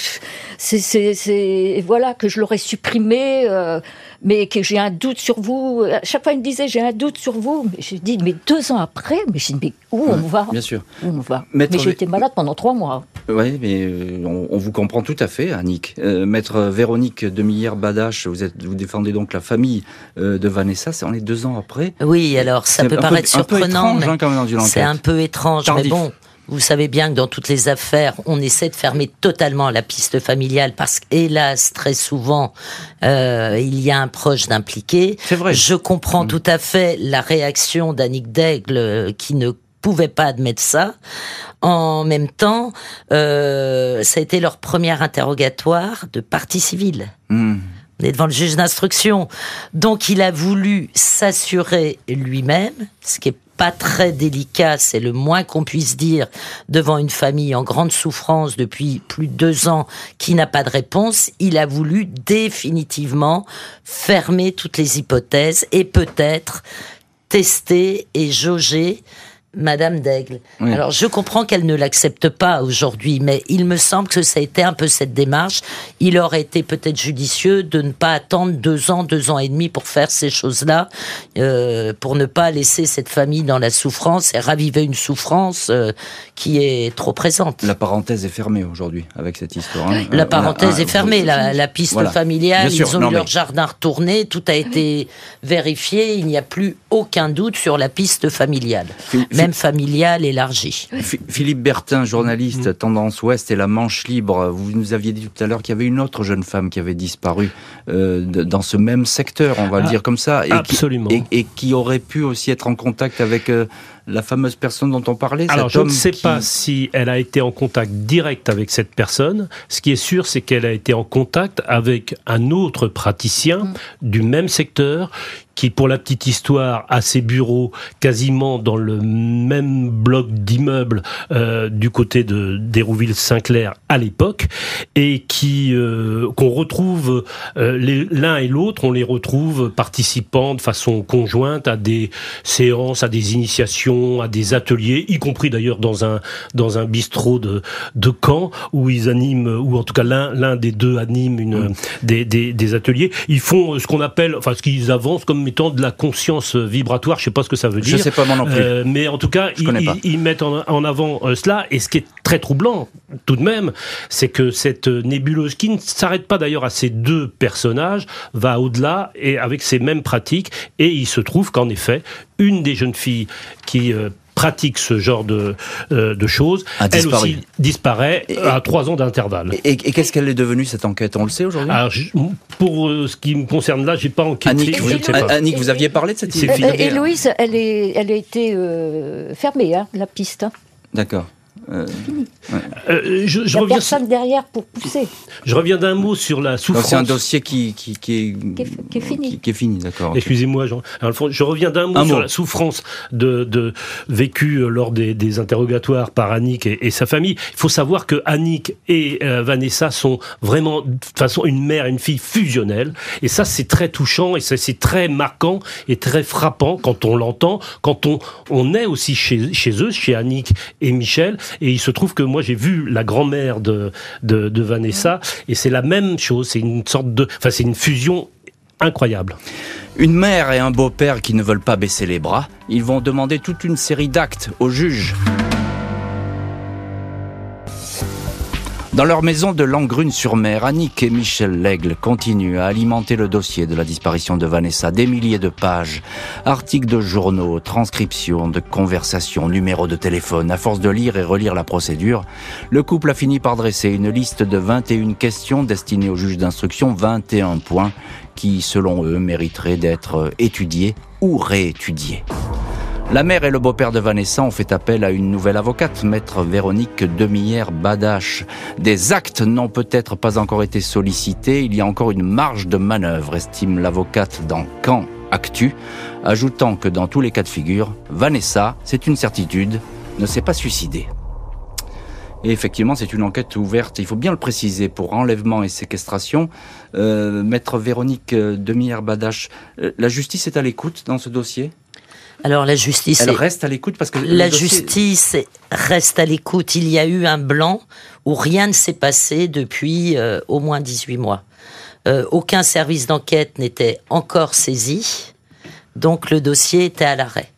voilà, que je l'aurais supprimé, mais que j'ai un doute sur vous. À chaque fois, il me disait, j'ai un doute sur vous. Mais j'ai dit, mais 2 ans après, mais j'ai dit, mais où on va? Bien sûr. Où on va? Mais j'ai été malade pendant 3 mois. Oui, mais on vous comprend tout à fait, Annick. Maître Véronique Demillère-Badache, vous défendez donc la famille de Vanessa, on est 2 ans après. Oui, alors ça peut paraître surprenant, étrange, mais quand même, dans une enquête. c'est un peu étrange, Tardif. mais bon. Vous savez bien que dans toutes les affaires, on essaie de fermer totalement la piste familiale parce qu'hélas, très souvent, il y a un proche d'impliqué. C'est vrai. Je comprends tout à fait la réaction d'Annick Daigle qui ne pouvait pas admettre ça. En même temps, ça a été leur premier interrogatoire de partie civile. On est devant le juge d'instruction. Donc il a voulu s'assurer lui-même, ce qui est pas très délicat, c'est le moins qu'on puisse dire, devant une famille en grande souffrance depuis plus de 2 ans qui n'a pas de réponse. Il a voulu définitivement fermer toutes les hypothèses et peut-être tester et jauger Madame Daigle. Oui. Alors, je comprends qu'elle ne l'accepte pas aujourd'hui, mais il me semble que ça a été un peu cette démarche. Il aurait été peut-être judicieux de ne pas attendre 2 ans, 2 ans et demi pour faire ces choses-là, pour ne pas laisser cette famille dans la souffrance et raviver une souffrance qui est trop présente. La parenthèse est fermée aujourd'hui avec cette histoire. Hein. La parenthèse est fermée. La piste familiale, ils ont eu leur jardin retourné, tout a été vérifié. Il n'y a plus aucun doute sur la piste familiale. Même familiale élargie. Philippe Bertin, journaliste, Tendance Ouest et La Manche Libre. Vous nous aviez dit tout à l'heure qu'il y avait une autre jeune femme qui avait disparu dans ce même secteur, on va le dire comme ça. Et absolument. Et qui aurait pu aussi être en contact avec la fameuse personne dont on parlait. Alors, je ne sais pas si elle a été en contact direct avec cette personne. Ce qui est sûr, c'est qu'elle a été en contact avec un autre praticien du même secteur qui, pour la petite histoire, a ses bureaux quasiment dans le même bloc d'immeubles du côté de d'Hérouville-Saint-Clair à l'époque, et qui qu'on retrouve l'un et l'autre, on les retrouve participant de façon conjointe à des séances, à des initiations, à des ateliers, y compris d'ailleurs dans un bistrot de Caen où ils animent, ou en tout cas l'un des deux anime des ateliers. Ils font ce qu'on appelle, enfin ce qu'ils avancent comme étant de la conscience vibratoire, je sais pas ce que ça veut dire. Je sais pas moi non plus. Mais en tout cas, ils mettent en avant cela, et ce qui est très troublant tout de même, c'est que cette nébuleuse, qui ne s'arrête pas d'ailleurs à ces 2 personnages, va au-delà et avec ces mêmes pratiques, et il se trouve qu'en effet, une des jeunes filles qui pratique ce genre de choses, elle aussi disparaît à 3 ans d'intervalle. Et qu'est-ce qu'elle est devenue, cette enquête? On le sait aujourd'hui? Alors, pour ce qui me concerne là, j'ai pas enquêté. Annick, vous aviez parlé de cette histoire? Et Louise, elle a été fermée, la piste. D'accord. Il n'y a personne derrière pour pousser. Je reviens d'un mot sur la souffrance. Donc c'est un dossier qui est fini. Qui est fini, d'accord. Okay. Excusez-moi, Jean. Alors, je reviens d'un mot sur la souffrance vécue lors des interrogatoires par Annick et sa famille. Il faut savoir que Annick et Vanessa sont vraiment, de toute façon, une mère et une fille fusionnelles. Et ça, c'est très touchant, et ça, c'est très marquant et très frappant quand on l'entend, quand on est aussi chez eux, chez Annick et Michel. Et il se trouve que moi, j'ai vu la grand-mère de Vanessa, et c'est la même chose. C'est une sorte c'est une fusion incroyable. Une mère et un beau-père qui ne veulent pas baisser les bras. Ils vont demander toute une série d'actes au juge. Dans leur maison de Langrune-sur-Mer, Annick et Michel Laigle continuent à alimenter le dossier de la disparition de Vanessa. Des milliers de pages, articles de journaux, transcriptions de conversations, numéros de téléphone. À force de lire et relire la procédure, le couple a fini par dresser une liste de 21 questions destinées au juge d'instruction, 21 points qui, selon eux, mériteraient d'être étudiés ou réétudiés. La mère et le beau-père de Vanessa ont fait appel à une nouvelle avocate, maître Véronique Demillère-Badache. Des actes n'ont peut-être pas encore été sollicités. Il y a encore une marge de manœuvre, estime l'avocate dans Caen Actu, ajoutant que dans tous les cas de figure, Vanessa, c'est une certitude, ne s'est pas suicidée. Et effectivement, c'est une enquête ouverte, il faut bien le préciser, pour enlèvement et séquestration. Maître Véronique Demillère-Badache, la justice est à l'écoute dans ce dossier ? Alors la justice... Elle reste à l'écoute parce que... La justice reste à l'écoute. Il y a eu un blanc où rien ne s'est passé depuis au moins 18 mois. Aucun service d'enquête n'était encore saisi, donc le dossier était à l'arrêt.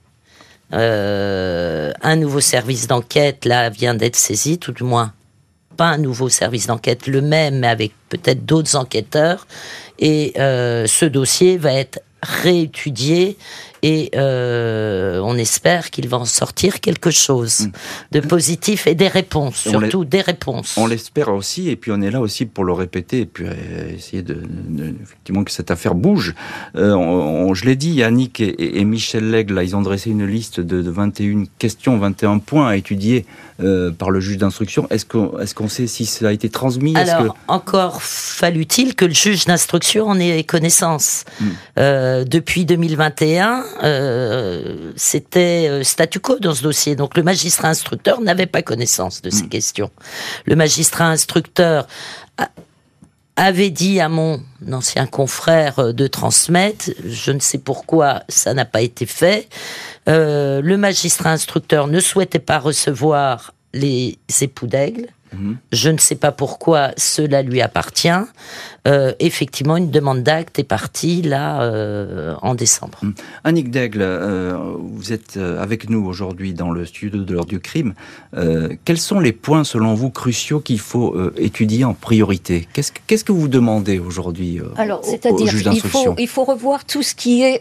Un nouveau service d'enquête, là, vient d'être saisi, tout du moins pas un nouveau service d'enquête, le même, mais avec peut-être d'autres enquêteurs. Et ce dossier va être réétudié et on espère qu'il va en sortir quelque chose de positif et des réponses, surtout des réponses. On l'espère aussi, et puis on est là aussi pour le répéter et puis essayer effectivement que cette affaire bouge. Je l'ai dit, Annick et Michel Lègle, là, ils ont dressé une liste de 21 questions, 21 points à étudier par le juge d'instruction. Est-ce qu'on sait si ça a été transmis? Alors, encore fallut-il que le juge d'instruction en ait connaissance. Depuis 2021, c'était statu quo dans ce dossier. Donc le magistrat instructeur n'avait pas connaissance de ces questions. Le magistrat instructeur avait dit à mon ancien confrère de transmettre. Je ne sais pourquoi ça n'a pas été fait. Le magistrat instructeur ne souhaitait pas recevoir les époux d'Aigle. Je ne sais pas pourquoi cela lui appartient. Effectivement, une demande d'acte est partie là en décembre. Annick Daigle, vous êtes avec nous aujourd'hui dans le studio de l'heure du crime. Quels sont les points, selon vous, cruciaux qu'il faut étudier en priorité? Qu'est-ce que vous demandez aujourd'hui au juge d'instruction? Il faut revoir tout ce qui est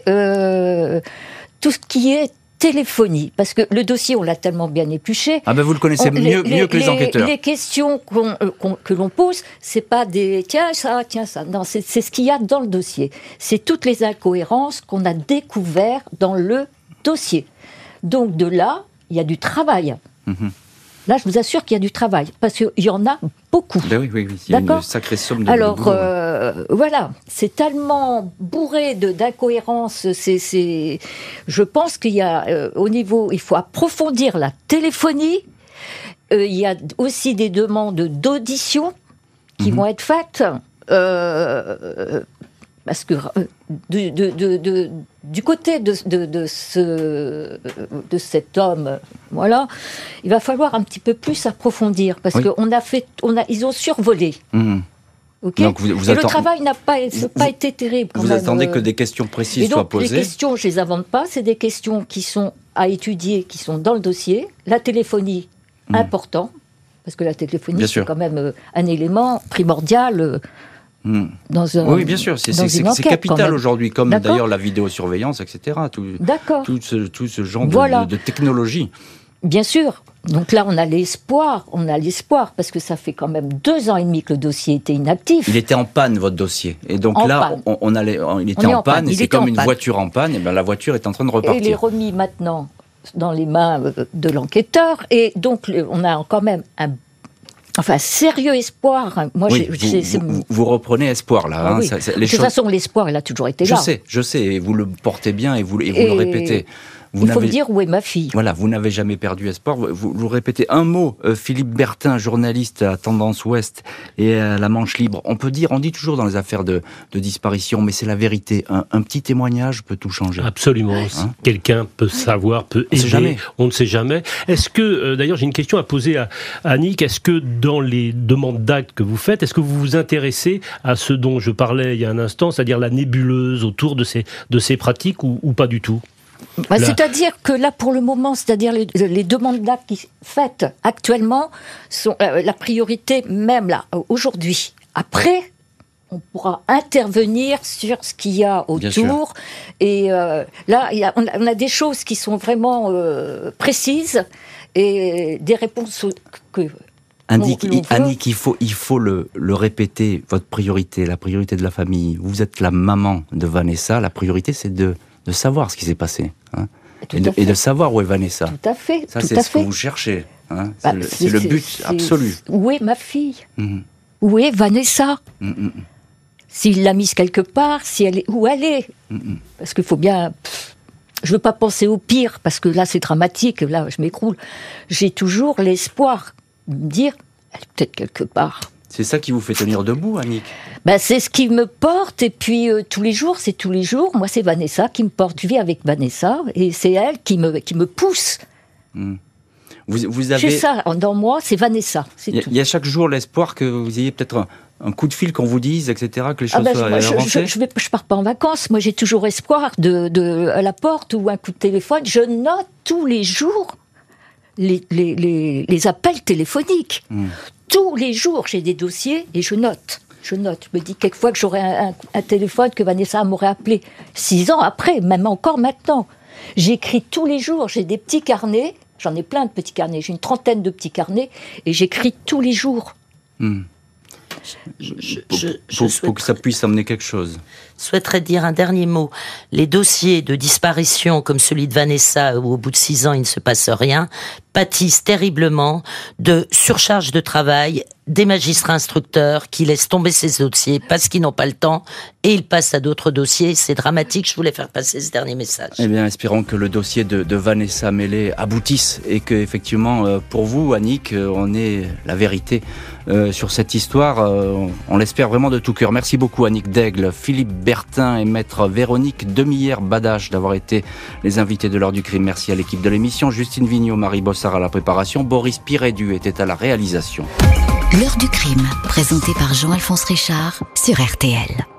téléphonie, parce que le dossier, on l'a tellement bien épluché. Ah ben vous le connaissez mieux que les enquêteurs. Les questions que l'on pose, c'est pas des tiens ça. Non, c'est ce qu'il y a dans le dossier. C'est toutes les incohérences qu'on a découvertes dans le dossier. Donc de là, il y a du travail. Là, je vous assure qu'il y a du travail, parce qu'il y en a beaucoup. Ben oui, il y a une sacrée somme de Alors, boulot. voilà, c'est tellement bourré d'incohérences. Je pense qu'il y a, au niveau, il faut approfondir la téléphonie. Il y a aussi des demandes d'audition qui vont être faites. Parce que du côté de cet homme, voilà, il va falloir un petit peu plus approfondir, parce ils ont survolé. Okay. Donc le travail n'a pas été terrible. Vous attendez que des questions précises soient posées. Les questions, je les invente pas. C'est des questions qui sont à étudier, qui sont dans le dossier. La téléphonie, important, parce que la téléphonie, c'est quand même un élément primordial. Oui, bien sûr, c'est capital aujourd'hui, comme d'ailleurs la vidéosurveillance, etc. Tout ce genre de technologie. Bien sûr. Donc là, on a l'espoir, parce que ça fait quand même 2 ans et demi que le dossier était inactif. Il était en panne, votre dossier. Et donc il était en panne, et c'est comme une voiture en panne, et bien la voiture est en train de repartir. Et il est remis maintenant dans les mains de l'enquêteur, et donc on a quand même un sérieux espoir. Moi, vous reprenez espoir, là. Oui. De toute façon, l'espoir, il a toujours été là. Je sais, et vous le portez bien, et vous le répétez. Il faut me dire où est ma fille. Voilà, vous n'avez jamais perdu espoir. Vous répétez un mot, Philippe Bertin, journaliste à Tendance Ouest et à La Manche Libre. On dit toujours dans les affaires de disparition, mais c'est la vérité. Un petit témoignage peut tout changer. Absolument. Quelqu'un peut savoir, peut aider. On ne sait jamais. Est-ce que, d'ailleurs, j'ai une question à poser à Annick. Est-ce que dans les demandes d'actes que vous faites, est-ce que vous vous intéressez à ce dont je parlais il y a un instant, c'est-à-dire la nébuleuse autour de ces pratiques ou pas du tout? C'est-à-dire que là, pour le moment, c'est-à-dire les demandes d'actes faites actuellement sont la priorité même là, aujourd'hui. Après, on pourra intervenir sur ce qu'il y a autour. Et là, on a des choses qui sont vraiment précises et des réponses que... Annick, il faut le répéter, votre priorité, la priorité de la famille. Vous êtes la maman de Vanessa, la priorité c'est de savoir ce qui s'est passé. Et de savoir où est Vanessa. Tout à fait. Ça, c'est ce que vous cherchez. C'est le but absolu. Où est ma fille? Où est Vanessa? S'il l'a mise quelque part, où elle est? Parce qu'il faut bien... Je ne veux pas penser au pire, parce que là, c'est dramatique, là, je m'écroule. J'ai toujours l'espoir de me dire, elle est peut-être quelque part. C'est ça qui vous fait tenir debout, Annick? C'est ce qui me porte, et puis tous les jours, c'est tous les jours. Moi, c'est Vanessa qui me porte. Je vis avec Vanessa, et c'est elle qui me pousse. Vous avez... C'est ça, dans moi, c'est Vanessa, c'est tout. Il y a chaque jour l'espoir que vous ayez peut-être un coup de fil qu'on vous dise, etc., que les choses soient avancées. Je pars pas en vacances. Moi, j'ai toujours espoir à la porte ou un coup de téléphone. Je note tous les jours les appels téléphoniques. Tous les jours, j'ai des dossiers et je note. Je me dis quelquefois que j'aurai un téléphone que Vanessa m'aurait appelé 6 ans après, même encore maintenant. J'écris tous les jours. J'ai des petits carnets. J'en ai plein de petits carnets. J'ai une 30aine de petits carnets et j'écris tous les jours. Pour que ça puisse amener quelque chose. Je souhaiterais dire un dernier mot. Les dossiers de disparition comme celui de Vanessa, où au bout de 6 ans il ne se passe rien, pâtissent terriblement de surcharge de travail des magistrats instructeurs qui laissent tomber ces dossiers parce qu'ils n'ont pas le temps et ils passent à d'autres dossiers. C'est dramatique. Je voulais faire passer ce dernier message. Eh bien, espérons que le dossier de Vanessa Mélé aboutisse et que, effectivement, pour vous, Annick, on ait la vérité sur cette histoire. On l'espère vraiment de tout cœur. Merci beaucoup, Annick Daigle, Philippe Bertin et maître Véronique Demillère-Badache d'avoir été les invités de l'heure du crime. Merci à l'équipe de l'émission. Justine Vignot, Marie Bossard à la préparation. Boris Pirédu était à la réalisation. L'heure du crime, présentée par Jean-Alphonse Richard sur RTL.